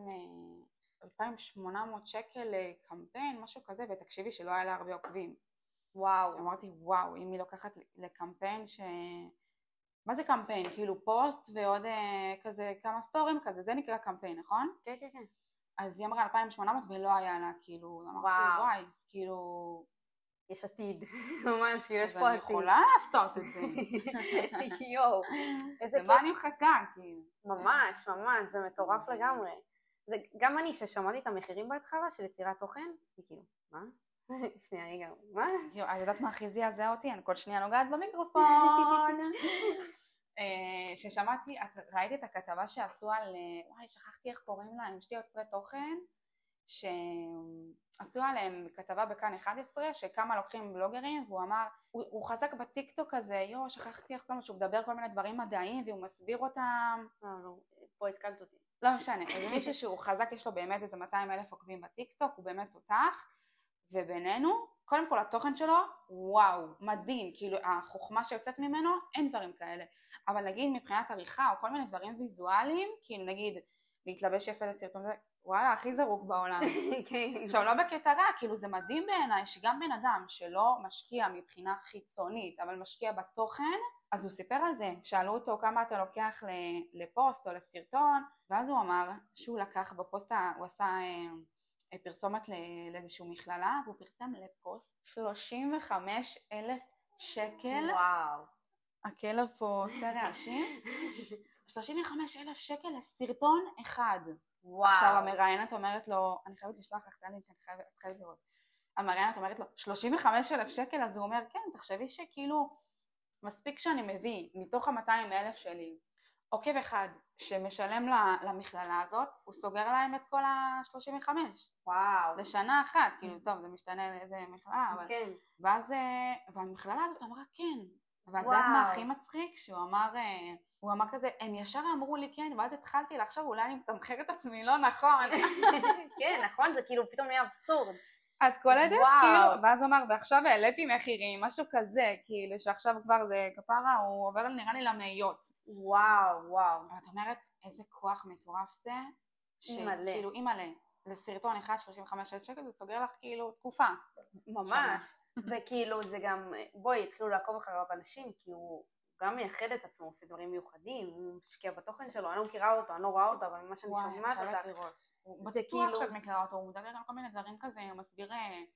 אלפיים ושמונה מאות שקל לקמפיין, משהו כזה, ותקשיבי שלא היה לה הרבה עוקבים. וואו, אמרתי וואו, אם היא לוקחת לקמפיין ש... מה זה קמפיין? כאילו פוסט ועוד אה, כזה כמה סטורים כזה, זה נקרא קמפיין, נכון? כן, כן, כן. אז היא אמרה אלפיים ושמונה מאות ולא היה לה, כאילו, אמרתי וואי, אז כאילו... יש עתיד, ממש, כאילו יש פה עתיד. אז אני יכולה לעשות את זה. יואו, איזה כיף. ומה אני מחכה, כאילו. ממש, ממש, זה מטורף לגמרי. זה, גם אני ששמעתי את המחירים בהתחלה של יצירת תוכן, היא כאילו, מה? שנייה, אני גם, מה? יו, את יודעת מה הכי זעזע אותי? אני כל שנייה נוגעת במיקרופון. ששמעתי, את ראית את הכתבה שעשו על, וואי, שכחתי איך קוראים להם, יש לי יוצרי תוכן, שעשו עליהם כתבה בכאן אחת עשרה, שכמה לוקחים בלוגרים, והוא אמר, הוא, הוא חזק בטיקטוק הזה, יו, שכחתי איך כל מה שהוא מדבר כל מיני דברים מדעיים, והוא מסביר אותם. אה, לא, פה התקלת אותי. לא משנה, אז מישהו שהוא חזק, יש לו באמת איזה מאתיים אלף עוקבים בטיקטוק, הוא באמת תותח, ובינינו, קודם כל התוכן שלו, וואו, מדהים, כאילו החוכמה שיוצאת ממנו, אין דברים כאלה, אבל נגיד מבחינת עריכה, או כל מיני דברים ויזואליים, כאילו נגיד, להתלבש יפה לסרטון, וואלה, הכי זרוק בעולם. עכשיו לא בקטע רע, כאילו זה מדהים בעיניי, שגם בן אדם שלא משקיע מבחינה חיצונית, אבל משקיע בתוכן, אז הוא סיפר על זה, שאלו אותו כמה אתה לוקח לפוסט או לסרטון, ואז הוא אמר שהוא לקח בפוסט, הוא עשה פרסומת לאיזושהי מכללה, והוא פרסם לפוסט שלושים וחמישה אלף שקל. וואו. הכלב פה עושה רעשים. שלושים וחמישה אלף שקל לסרטון אחד. וואו. עכשיו המראיינת אומרת לו, אני חייבת לשלוח לך תעלי, אני חייבת, חייבת לראות. המראיינת אומרת לו, שלושים וחמישה אלף שקל, אז הוא אומר, כן, תחשבי שכאילו, מספיק שאני מביא מתוך ה-מאתיים אלף שלי, עוקב אחד שמשלם למכללה הזאת, הוא סוגר להם את כל ה-שלושים וחמש. וואו. לשנה אחת, כאילו, טוב, זה משתנה לאיזה מכללה, אבל... כן. ואז, והמכללה הזאת אמרה, כן. ואת יודעת מה הכי מצחיק? שהוא אמר, הוא אמר כזה, הם ישר אמרו לי כן, ואז התחלתי לחשוב, אולי אני מתמחר את עצמי, לא נכון. כן, נכון, זה כאילו פתאום נהיה אבסורד. את קולטת, כאילו, ואז הוא אמר, ועכשיו העליתי מחירים, משהו כזה, כאילו, שעכשיו כבר זה כפרה, הוא עובר נראה לי למאיות. וואו, וואו. ואת אומרת, איזה כוח מטורף זה, אימא'לה. כאילו, אימא'לה, לסרטון אחד שלושים וחמישה אלף שקל, זה סוגר לך כאילו תקופה. ממש. וכאילו זה גם, בואי, התחילו לעקוב אחריו אנשים, כי הוא גם מייחד את עצמו, עושה דברים מיוחדים, הוא משקיע בתוכן שלו, אני לא מכירה אותו, אני לא רואה אותו, אבל ממה שאני שומעת אותך. זה בטוח שאת מכירה אותו, הוא מדבר על כל מיני דברים כזה, הוא מסביר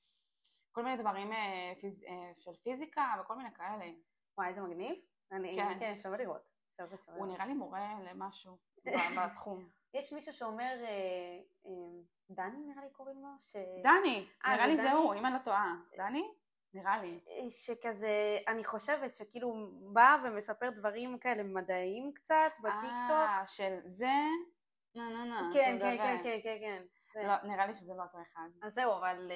כל מיני דברים של פיזיקה וכל מיני כאלה. וואי, איזה מגניב. כן, שווה לראות. הוא נראה לי מורה למשהו בתחום. יש מישהו שאומר, דני נראה לי קוראים לו? דני, נראה לי זה הוא, אם אני לא טועה. דני? נראה לי. שכזה, אני חושבת שכאילו בא ומספר דברים כאלה מדעיים קצת בטיקטוק. אה, של זה? נו, נו, נו. כן, כן, כן, כן, כן, כן. לא, נראה לי שזה לא אותו אחד. אז זהו, אבל...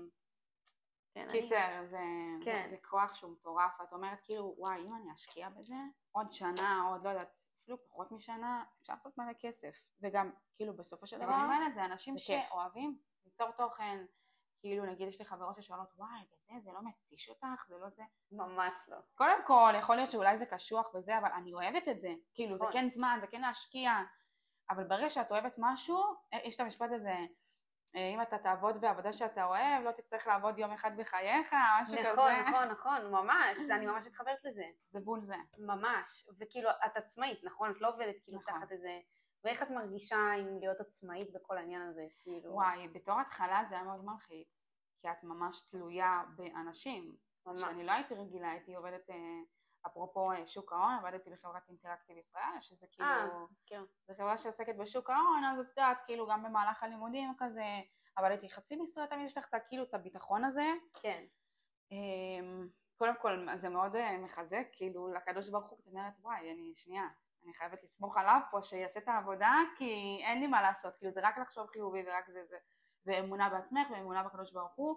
קיצר, זה כוח שהוא מטורף, ואת אומרת כאילו, וואי, אם אני אשקיע בזה, עוד שנה, עוד לא יודעת, אפילו פחות משנה, אפשר לעשות מלא כסף. וגם, כאילו, בסופו של דבר, זה אנשים שאוהבים ליצור תוכן, כאילו, נגיד, יש לי חברות ששואלות, וואי, בזה, זה לא מתיש אותך, זה לא זה. ממש לא. קודם כל, יכול להיות שאולי זה קשוח וזה, אבל אני אוהבת את זה. כאילו, זה כן זמן, זה כן להשקיע. אבל ברגע שאת אוהבת משהו, יש את המשפט הזה, אם אתה תעבוד בעבודה שאתה אוהב, לא תצטרך לעבוד יום אחד בחייך, משהו כזה. נכון, נכון, נכון, ממש, אני ממש מתחברת לזה. זה בול זה. ממש, וכאילו, את עצמאית, נכון? את לא עובדת כאילו תחת איזה... ואיך את מרגישה עם להיות עצמאית בכל העניין הזה, כאילו? וואי, בתור התחלה זה היה מאוד מלחיץ, כי את ממש תלויה באנשים. ממש. שאני לא הייתי רגילה, הייתי עובדת... אפרופו שוק ההון, עבדתי בחברת אינטראקטיב ישראל, שזה כאילו, זו חברה שעוסקת בשוק ההון, אז את יודעת, כאילו גם במהלך הלימודים כזה, עבדתי חצי משרה, תמיד יש לך כאילו את הביטחון הזה. כן. קודם כל, זה מאוד מחזק, כאילו לקדוש ברוך הוא, את אומרת, וואי, אני שנייה, אני חייבת לסמוך עליו פה, שיעשה את העבודה, כי אין לי מה לעשות, כאילו זה רק לחשוב חיובי ורק זה, זה, ואמונה בעצמך ואמונה בקדוש ברוך הוא.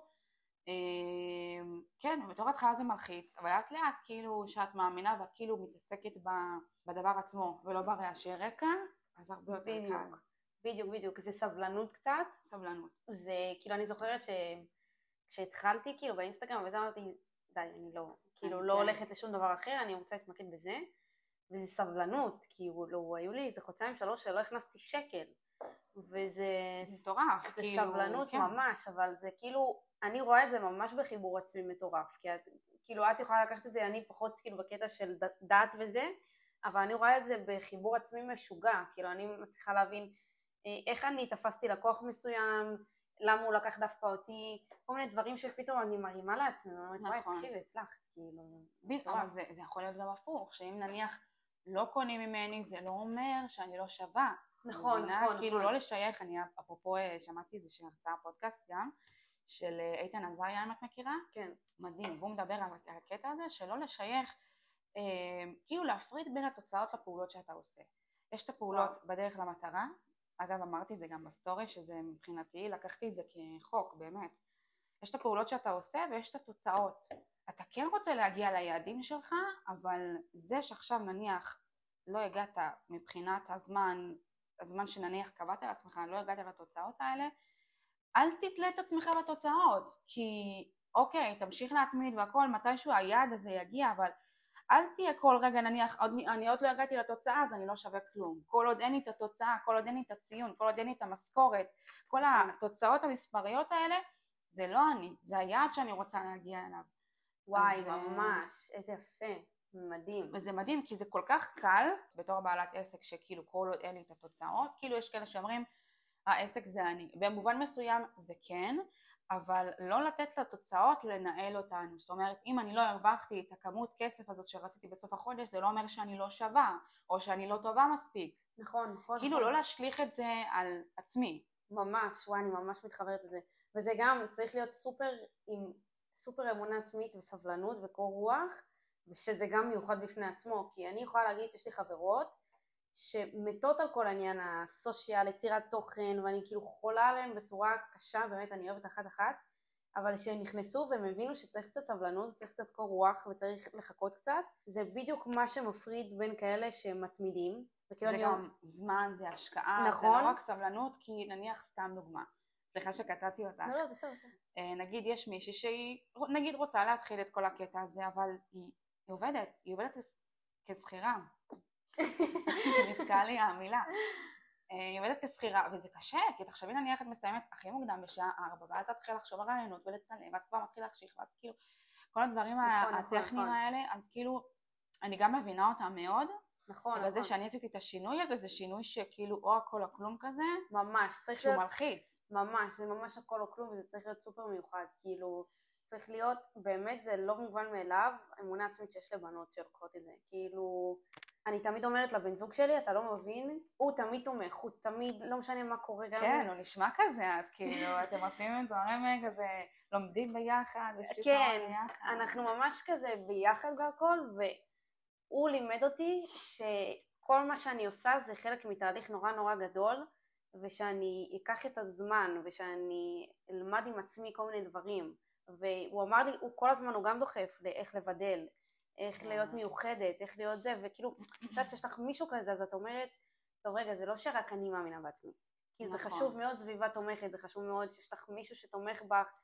כן, בתור התחלה זה מלחיץ, אבל לאט לאט כאילו שאת מאמינה ואת כאילו מתעסקת בדבר עצמו ולא ברעשי רקע, אז הרבה יותר קל. בדיוק, בדיוק, זה סבלנות קצת. סבלנות. זה כאילו אני זוכרת שכשהתחלתי כאילו באינסטגרם וזה אמרתי, די, אני לא, כאילו לא הולכת לשום דבר אחר, אני רוצה להתמקד בזה, וזה סבלנות, כאילו היו לי איזה חודשיים שלוש שלא הכנסתי שקל, וזה מטורף, זה סבלנות ממש, אבל זה כאילו אני רואה את זה ממש בחיבור עצמי מטורף, כי את, כאילו את יכולה לקחת את זה, אני פחות כאילו בקטע של דת וזה, אבל אני רואה את זה בחיבור עצמי משוגע, כאילו אני מצליחה להבין איך אני תפסתי לקוח מסוים, למה הוא לקח דווקא אותי, כל מיני דברים שפתאום אני מרימה לעצמי, אני אומרת, וואי, תקשיב, הצלחת, כאילו. אבל זה, זה יכול להיות גם הפוך, שאם נניח לא קונים ממני, זה לא אומר שאני לא שווה. נכון, נכון. כאילו לא לשייך, אני אפרופו שמעתי איזה שהרצאה פודקאסט גם, של איתן עזריה, אם את מכירה? כן. מדהים, והוא מדבר על הקטע הזה שלא לשייך, אה, כאילו להפריד בין התוצאות לפעולות שאתה עושה. יש את הפעולות וואו. בדרך למטרה, אגב אמרתי את זה גם בסטורי, שזה מבחינתי, לקחתי את זה כחוק, באמת. יש את הפעולות שאתה עושה ויש את התוצאות. אתה כן רוצה להגיע ליעדים שלך, אבל זה שעכשיו נניח לא הגעת מבחינת הזמן, הזמן שנניח קבעת לעצמך, לא הגעת לתוצאות האלה, אל תתלה את עצמך בתוצאות, כי אוקיי, תמשיך להתמיד והכל, מתישהו היעד הזה יגיע, אבל אל תהיה כל רגע נניח, אני עוד לא הגעתי לתוצאה אז אני לא שווה כלום. כל עוד אין לי את התוצאה, כל עוד אין לי את הציון, כל עוד אין לי את המשכורת, כל התוצאות המספריות האלה, זה לא אני, זה היעד שאני רוצה להגיע אליו. וואי, ממש, איזה יפה, מדהים. וזה מדהים, כי זה כל כך קל, בתור בעלת עסק שכאילו כל עוד אין לי את התוצאות, כאילו יש כאלה שאומרים, העסק זה אני. במובן מסוים זה כן, אבל לא לתת לתוצאות לנהל אותנו. זאת אומרת, אם אני לא הרווחתי את הכמות כסף הזאת שרציתי בסוף החודש, זה לא אומר שאני לא שווה, או שאני לא טובה מספיק. נכון, נכון. כאילו נכון. לא להשליך את זה על עצמי. ממש, וואי, אני ממש מתחברת לזה. וזה גם צריך להיות סופר, עם סופר אמונה עצמית וסבלנות וקור רוח, ושזה גם מיוחד בפני עצמו, כי אני יכולה להגיד שיש לי חברות, שמתות על כל העניין הסושיאל, יצירת תוכן, ואני כאילו חולה עליהם בצורה קשה, באמת אני אוהבת אחת אחת, אבל שהם נכנסו והם הבינו שצריך קצת סבלנות, צריך קצת קור רוח וצריך לחכות קצת, זה בדיוק מה שמפריד בין כאלה שמתמידים. זה גם אני... זמן, זה השקעה, נכון. זה לא רק סבלנות, כי נניח סתם דוגמה, סליחה שקטעתי אותך. לא, לא, זה בסדר. נגיד יש מישהי שהיא, נגיד רוצה להתחיל את כל הקטע הזה, אבל היא, היא עובדת, היא עובדת כשכירה. נתקעה לי המילה. היא עובדת כשכירה, וזה קשה, כי תחשבי נניח את מסיימת הכי מוקדם בשעה ארבע, ואז את תתחיל לחשוב על רעיונות ולצלם, ואז כבר מתחיל להחשיך, ואז כאילו, כל הדברים נכון, הטכניים נכון. האלה, אז כאילו, אני גם מבינה אותם מאוד, נכון, ובזה נכון. שאני עשיתי את השינוי הזה, זה שינוי שכאילו או הכל או כלום כזה, ממש, צריך שהוא להיות... מלחיץ. ממש, זה ממש הכל או כלום, וזה צריך להיות סופר מיוחד, כאילו, צריך להיות, באמת זה לא מובן מאליו, אמונה עצמית שיש לבנות שלוקחות את זה, כאילו, אני תמיד אומרת לבן זוג שלי, אתה לא מבין, הוא תמיד תומך, הוא תמיד, לא משנה מה קורה גם. כן, הוא נשמע כזה, את כאילו, אתם עושים דברים כזה, לומדים ביחד, ושיפור כן, ביחד. אנחנו ממש כזה ביחד בהכל, והוא לימד אותי שכל מה שאני עושה זה חלק מתהליך נורא נורא גדול, ושאני אקח את הזמן, ושאני אלמד עם עצמי כל מיני דברים, והוא אמר לי, הוא כל הזמן, הוא גם דוחף לאיך לבדל, איך להיות מיוחדת, איך להיות זה, וכאילו, את יודעת שיש לך מישהו כזה, אז את אומרת, טוב רגע, זה לא שרק אני מאמינה בעצמי, כי זה חשוב מאוד סביבה תומכת, זה חשוב מאוד שיש לך מישהו שתומך בך,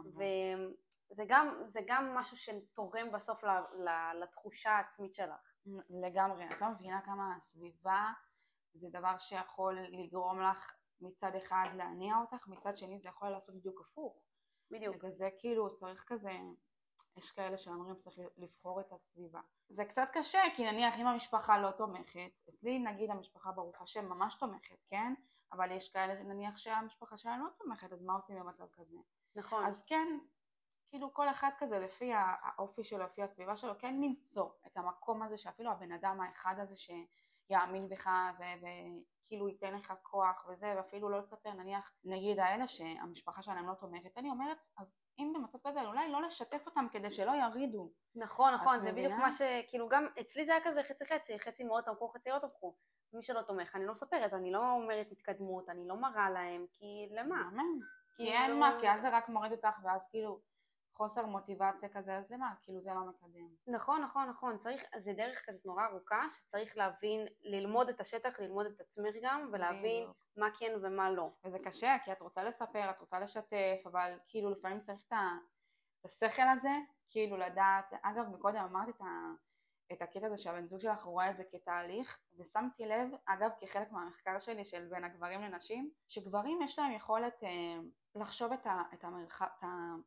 וזה גם, זה גם משהו שתורם בסוף לתחושה העצמית שלך. לגמרי, את לא מבינה כמה הסביבה זה דבר שיכול לגרום לך מצד אחד להניע אותך, מצד שני זה יכול לעשות בדיוק הפוך. בדיוק. בגלל זה כאילו צריך כזה, יש כאלה שאומרים שצריך לבחור את הסביבה. זה קצת קשה, כי נניח אם המשפחה לא תומכת, אצלי נגיד המשפחה ברוך השם ממש תומכת, כן? אבל יש כאלה נניח שהמשפחה שלה לא תומכת, אז מה עושים במצב כזה? נכון. אז כן, כאילו כל אחד כזה לפי האופי שלו, לפי הסביבה שלו, כן למצוא את המקום הזה שאפילו הבן אדם האחד הזה ש... יאמין בך וכאילו ייתן לך כוח וזה, ואפילו לא לספר, נניח נגיד האלה שהמשפחה שלהם לא תומכת, אני אומרת, אז אם במצב כזה אולי לא לשתף אותם כדי שלא ירידו. נכון, נכון, זה בדיוק מה שכאילו גם אצלי זה היה כזה חצי חצי, חצי מאוד תמכו, חצי לא תמכו, מי שלא תומך, אני לא מספרת, אני לא אומרת התקדמות, אני לא מראה להם, כי למה? כי אין מה, כי אז זה רק מוריד אותך ואז כאילו חוסר מוטיבציה כזה, אז למה? כאילו זה לא מקדם. נכון, נכון, נכון, צריך, זה דרך כזאת נורא ארוכה, שצריך להבין, ללמוד את השטח, ללמוד את עצמך גם, ולהבין מה כן ומה לא. וזה קשה, כי את רוצה לספר, את רוצה לשתף, אבל כאילו לפעמים צריך את השכל הזה, כאילו לדעת, אגב מקודם אמרתי את, את הקטע הזה שהבן זוג שלך רואה את זה כתהליך, ושמתי לב, אגב כחלק מהמחקר שלי של בין הגברים לנשים, שגברים יש להם יכולת אה, לחשוב את, ה, את המרחב, את ה...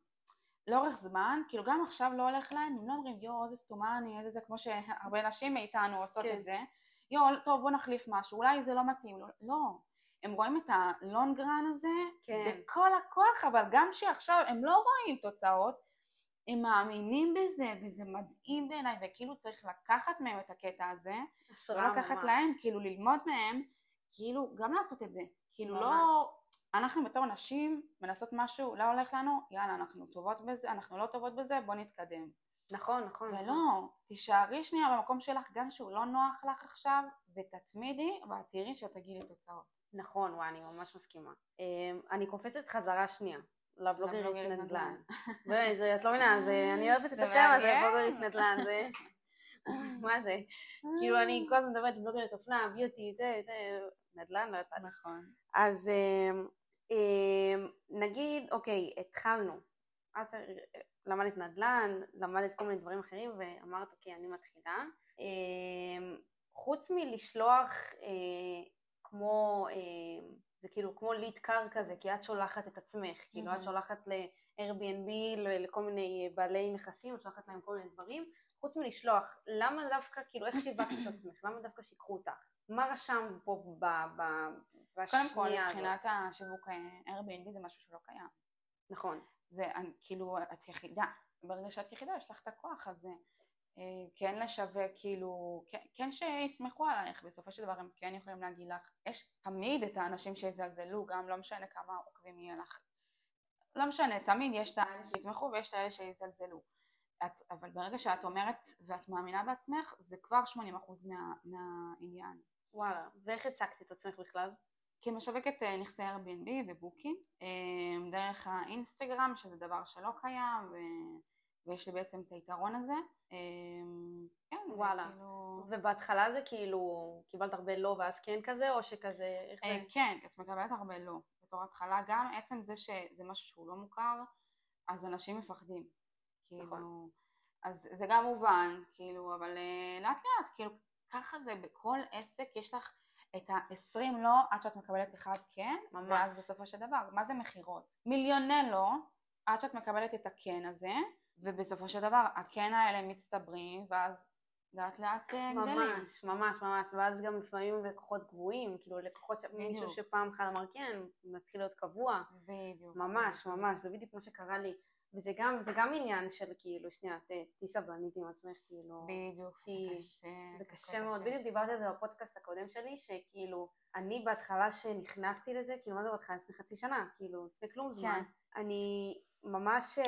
לאורך זמן, כאילו גם עכשיו לא הולך להם, הם לא אומרים יו איזה סתומני, איזה זה, כמו שהרבה נשים מאיתנו עושות כן. את זה, יו טוב בוא נחליף משהו, אולי זה לא מתאים, לא, לא. הם רואים את הלונגרן הזה כן. בכל הכוח, אבל גם שעכשיו הם לא רואים תוצאות, הם מאמינים בזה, וזה מדהים בעיניי, וכאילו צריך לקחת מהם את הקטע הזה, לא לקחת להם, כאילו ללמוד מהם, כאילו גם לעשות את זה, כאילו ממש. לא... אנחנו בתור נשים מנסות משהו, לא הולך לנו, יאללה, אנחנו טובות בזה, אנחנו לא טובות בזה, בוא נתקדם. נכון, נכון. ולא, תישארי שנייה במקום שלך, גם שהוא לא נוח לך עכשיו, ותתמידי, ותראי שתגידי תוצאות. נכון, וואי, אני ממש מסכימה. אני קופצת חזרה שנייה, לבלוגרית נדל"ן. באמת, את לא מבינה, אני אוהבת את השם הזה, בלוגרית נדל"ן, זה... מה זה? כאילו אני כל הזמן מדברת בלוגרית אופנה, ביוטי, זה, זה, נדל"ן, לא יצא לי. נכון. אז נגיד, אוקיי, התחלנו. את למדת נדל"ן, למדת כל מיני דברים אחרים, ואמרת, אוקיי, אני מתחילה. חוץ מלשלוח כמו, זה כאילו כמו ליד קאר כזה, כי את שולחת את עצמך, כאילו את שולחת ל-Airbnb, לכל מיני בעלי נכסים, את שולחת להם כל מיני דברים, חוץ מלשלוח, למה דווקא, כאילו, איך שיווקת את עצמך? למה דווקא שיקחו אותך? מה רשם פה בשנייה הזאת? קודם כל, מבחינת השיווק Airbnb זה משהו שלא קיים. נכון. זה, כאילו, את יחידה. ברגע שאת יחידה, יש לך את הכוח הזה. כן לשווק, כאילו, כן שיסמכו עלייך, בסופו של דבר הם כן יכולים להגיד לך. יש תמיד את האנשים שיזלזלו, גם לא משנה כמה עוקבים יהיה לך. לא משנה, תמיד יש את האלה שיתמכו ויש את האלה שיזלזלו. את, אבל ברגע שאת אומרת ואת מאמינה בעצמך, זה כבר שמונים אחוז מה, מהעניין. וואלה, ואיך הצגת את עצמך בכלל? כמשווקת נכסי Airbnb ובוקינג, דרך האינסטגרם, שזה דבר שלא קיים, ו... ויש לי בעצם את היתרון הזה. כן, וואלה. וכאילו... ובהתחלה זה כאילו, קיבלת הרבה לא ואז כן כזה, או שכזה, איך זה? כן, את מקבלת הרבה לא. בתור התחלה גם, עצם זה שזה משהו שהוא לא מוכר, אז אנשים מפחדים. כאילו, אז זה גם מובן, כאילו, אבל לאט לאט, כאילו, ככה זה בכל עסק, יש לך את ה-עשרים לא, עד שאת מקבלת אחד כן, ממש. ואז בסופו של דבר, מה זה מחירות? מיליוני לא, עד שאת מקבלת את הכן הזה, ובסופו של דבר, הכן האלה מצטברים, ואז לאט לאט גדלים. ממש, ממש, ממש, ואז גם לפעמים לקוחות קבועים, כאילו לקוחות מישהו שפעם אחד אמר כן, מתחיל להיות קבוע. בדיוק. ממש, ממש, זה בדיוק מה שקרה לי. וזה גם, זה גם עניין של כאילו, שנייה, תהי סבלנית עם עצמך, כאילו... בדיוק, זה קשה. זה קשה מאוד. בדיוק דיברתי על זה בפודקאסט הקודם שלי, שכאילו, אני בהתחלה שנכנסתי לזה, כאילו, מה זה בהתחלה? לפני חצי שנה, כאילו, לפני כלום זמן. אני ממש,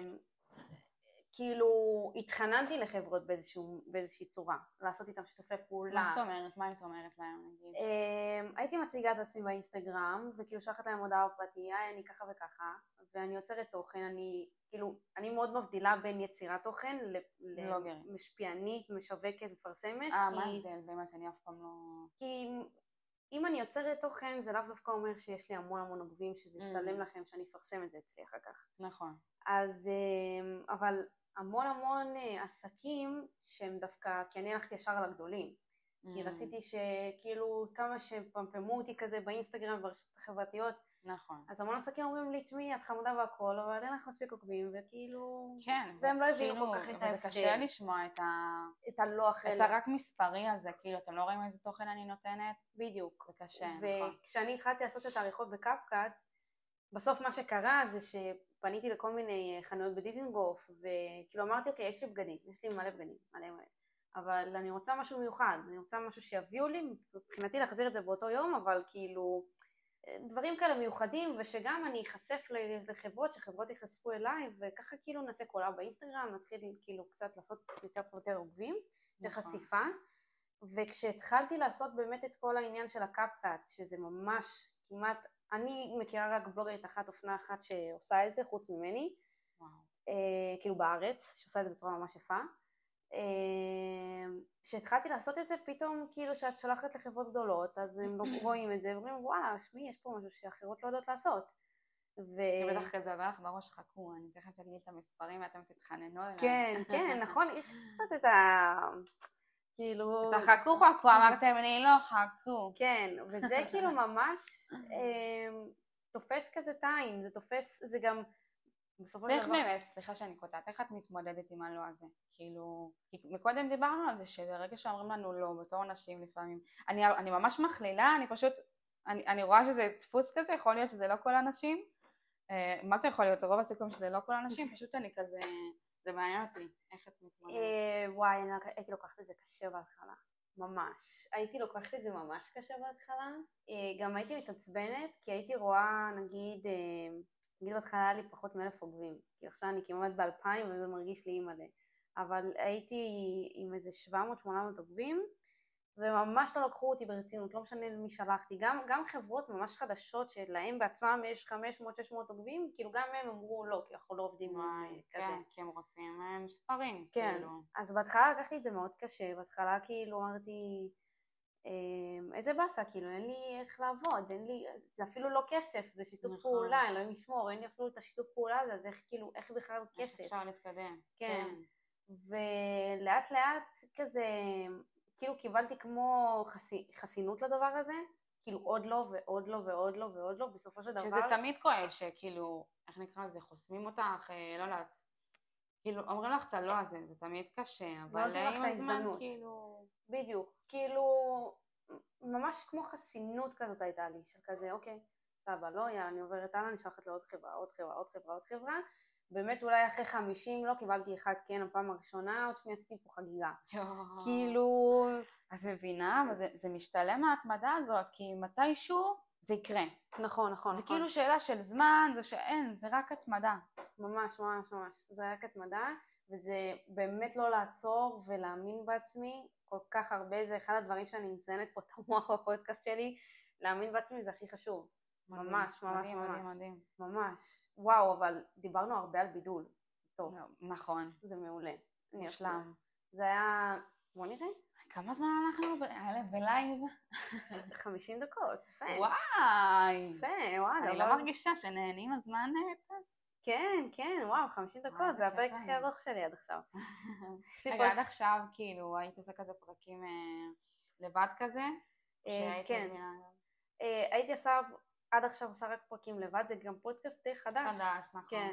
כאילו, התחננתי לחברות באיזושהי צורה, לעשות איתם שיתופי פעולה. מה זאת אומרת? מה היית אומרת להם, נגיד? הייתי מציגה את עצמי באינסטגרם, וכאילו שלחת להם הודעה בפרטי, אני ככה וככה, ואני יוצרת תוכן, אני, כאילו, אני מאוד מבדילה בין יצירת תוכן למשפיענית, משווקת, מפרסמת. אה, מה ההבדל? באמת, אני אף פעם לא... כי אם אני יוצרת תוכן, זה לאו דווקא אומר שיש לי המון המון עוקבים, שזה ישתלם לכם שאני אפרסם את זה אצלי אחר כך. נכון. אז, אבל המון המון עסקים שהם דווקא, כי אני הלכתי ישר על הגדולים. כי רציתי שכאילו כמה שפמפמו אותי כזה באינסטגרם ברשתות החברתיות. נכון. אז המון עסקים אומרים לי, תשמעי, את חמודה והכל, אבל אין לך מספיק עוקבים, וכאילו... כן. והם לא הבינו כל כך את ההבדל. וזה קשה לשמוע את ה... את הלא אחר. את הרק מספרי הזה, כאילו, אתם לא רואים איזה תוכן אני נותנת? בדיוק. זה קשה, נכון. וכשאני התחלתי לעשות את העריכות בקאפקאט, בסוף מה שקרה זה שפניתי לכל מיני חנויות בדיזינגוף, וכאילו אמרתי, אוקיי, יש לי בגדים, יש לי מלא בגדים, מלא מלא. אבל אני רוצה משהו מיוחד, אני רוצה משהו שיביאו לי, מבחינתי להחזיר את זה באותו יום, אבל כאילו דברים כאלה מיוחדים, ושגם אני אחשף לחברות, שחברות יחשפו אליי, וככה כאילו נעשה קולה באינסטגרם, נתחיל כאילו קצת לעשות יותר ויותר עוקבים, יותר חשיפה, וכשהתחלתי לעשות באמת את כל העניין של הקאפקאט, שזה ממש כמעט, אני מכירה רק בלוגרית אחת, אופנה אחת שעושה את זה, חוץ ממני, כאילו בארץ, שעושה את זה בצורה ממש יפה, כשהתחלתי לעשות את זה, פתאום כאילו שאת שלחת לחברות גדולות, אז הם רואים את זה, ואומרים, וואלה, שמי, יש פה משהו שאחרות לא יודעות לעשות. בטח כזה עבר לך בראש, חכו, אני תכף תגיד את המספרים ואתם תתחננו אליי. כן, כן, נכון, יש קצת את ה... כאילו... את החכו חכו, אמרתם לי, לא, חכו. כן, וזה כאילו ממש תופס כזה טיים, זה תופס, זה גם... איך באמת, סליחה שאני קוטעת, איך את מתמודדת עם הלא הזה? כאילו, מקודם דיברנו על זה שברגע שאומרים לנו לא, בתור נשים לפעמים, אני, אני ממש מכלילה, אני פשוט, אני, אני רואה שזה דפוס כזה, יכול להיות שזה לא כל הנשים, אה, מה זה יכול להיות? רוב הסיכויים שזה לא כל הנשים, פשוט אני כזה, זה מעניין אותי, איך את מתמודדת? וואי, אני הייתי לוקחת את זה קשה בהתחלה, ממש, הייתי לוקחת את זה ממש קשה בהתחלה, גם הייתי מתעצבנת, כי הייתי רואה, נגיד, נגיד בהתחלה היה לי פחות מאלף עוקבים, כי עכשיו אני כמעט באלפיים וזה מרגיש לי אימא'לה. אבל הייתי עם איזה שבע מאות שמונה מאות עוקבים, וממש לא לקחו אותי ברצינות, לא משנה למי שלחתי, גם, גם חברות ממש חדשות שלהם בעצמם יש חמש מאות שש מאות עוקבים, כאילו גם הם אמרו לא, כי אנחנו לא עובדים וואי, כזה. כן, כי הם רוצים מספרים, כן, כאילו. אז בהתחלה לקחתי את זה מאוד קשה, בהתחלה כאילו אמרתי, איזה באסה, כאילו אין לי איך לעבוד, אין לי, זה אפילו לא כסף, זה שיתוף נכון. פעולה, אלוהים ישמור, אין לי אפילו את השיתוף פעולה הזה, אז איך כאילו, איך בכלל כסף? איך אפשר להתקדם. כן, ולאט לאט כזה, כאילו קיבלתי כמו חסי, חסינות לדבר הזה, כאילו עוד לא ועוד לא ועוד לא ועוד לא, בסופו של דבר... שזה תמיד כואב, שכאילו, איך נקרא לזה, חוסמים אותך, לא יודעת, כאילו, אומרים לך את הלא הזה, זה תמיד קשה, אבל עם הזמן, כאילו... בדיוק, כאילו, ממש כמו חסינות כזאת הייתה לי, של כזה, אוקיי, סבא, לא, יאללה, אני עוברת הלאה, אני שלחת לעוד חברה, עוד חברה, עוד חברה, עוד חברה, באמת אולי אחרי חמישים לא קיבלתי אחד כן הפעם הראשונה, עוד שנייה עשיתי פה חגיגה. כאילו... את מבינה? זה, זה משתלם מההתמדה הזאת, כי מתישהו זה יקרה. נכון, נכון. זה נכון. כאילו שאלה של זמן, זה שאין, זה רק התמדה. ממש, ממש, ממש. זה רק התמדה, וזה באמת לא לעצור ולהאמין בעצמי כל כך הרבה. זה אחד הדברים שאני מציינת פה את המוח בפודקאסט שלי. להאמין בעצמי זה הכי חשוב. מדהים, ממש, ממש, מדהים, ממש. מדהים, מדהים. ממש. וואו, אבל דיברנו הרבה על בידול. טוב. נכון. זה מעולה. מושלם. זה היה... בוא נראה. כמה זמן אנחנו בלייב? חמישים דקות, יפה. וואי. יפה, וואי. אני לא מרגישה שנהנים הזמן טס. כן, כן, וואו, חמישים דקות, זה הפרק הכי ארוך שלי עד עכשיו. רגע, עד עכשיו, כאילו, היית עושה כזה פרקים לבד כזה? כן. הייתי עושה, עד עכשיו עושה רק פרקים לבד, זה גם פודקאסט די חדש. חדש, נכון. כן.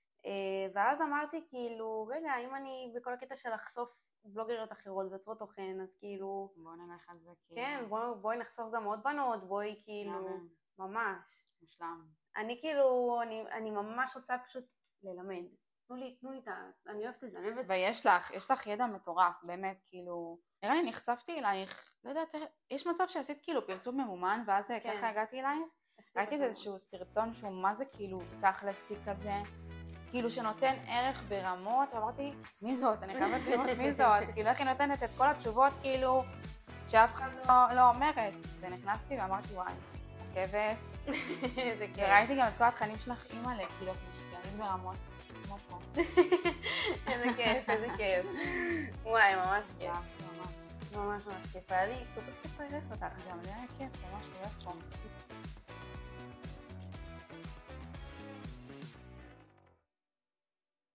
ואז אמרתי, כאילו, רגע, אם אני בכל הקטע של לחשוף בלוגריות אחרות ויוצרות תוכן, אז כאילו... בואי נלך על זה, כאילו... כן, בואי, בואי נחשוף גם עוד בנות, בואי כאילו... ממש. מושלם. אני כאילו, אני, אני ממש רוצה פשוט ללמד. תנו לי, תנו לי את ה... אני אוהבת את זה, אני אוהבת... ויש לך, יש לך ידע מטורף, באמת, כאילו... נראה לי נחשפתי אלייך, לא יודעת, יש מצב שעשית כאילו פרסום ממומן, ואז כן. ככה הגעתי אלייך? ראיתי את איזשהו סרטון שהוא מה זה כאילו תכלסי כזה, כאילו שנותן ערך ברמות, ואמרתי, מי זאת? אני חייבת לראות מי זאת, כאילו איך היא נותנת את כל התשובות כאילו שאף אחד לא, לא אומרת. ונכנסתי ואמרתי, וואי, עוקבת. איזה כיף. וראיתי גם את כל התכנים שלך, אימא'לה, כאילו, משקיעים ברמות, כמו פה. איזה כיף, איזה כיף. וואי, ממש כיף. ממש. ממש ממש כיף. היה לי סופר כיף לערך אותך. גם לי היה כיף, ממש להיות פה.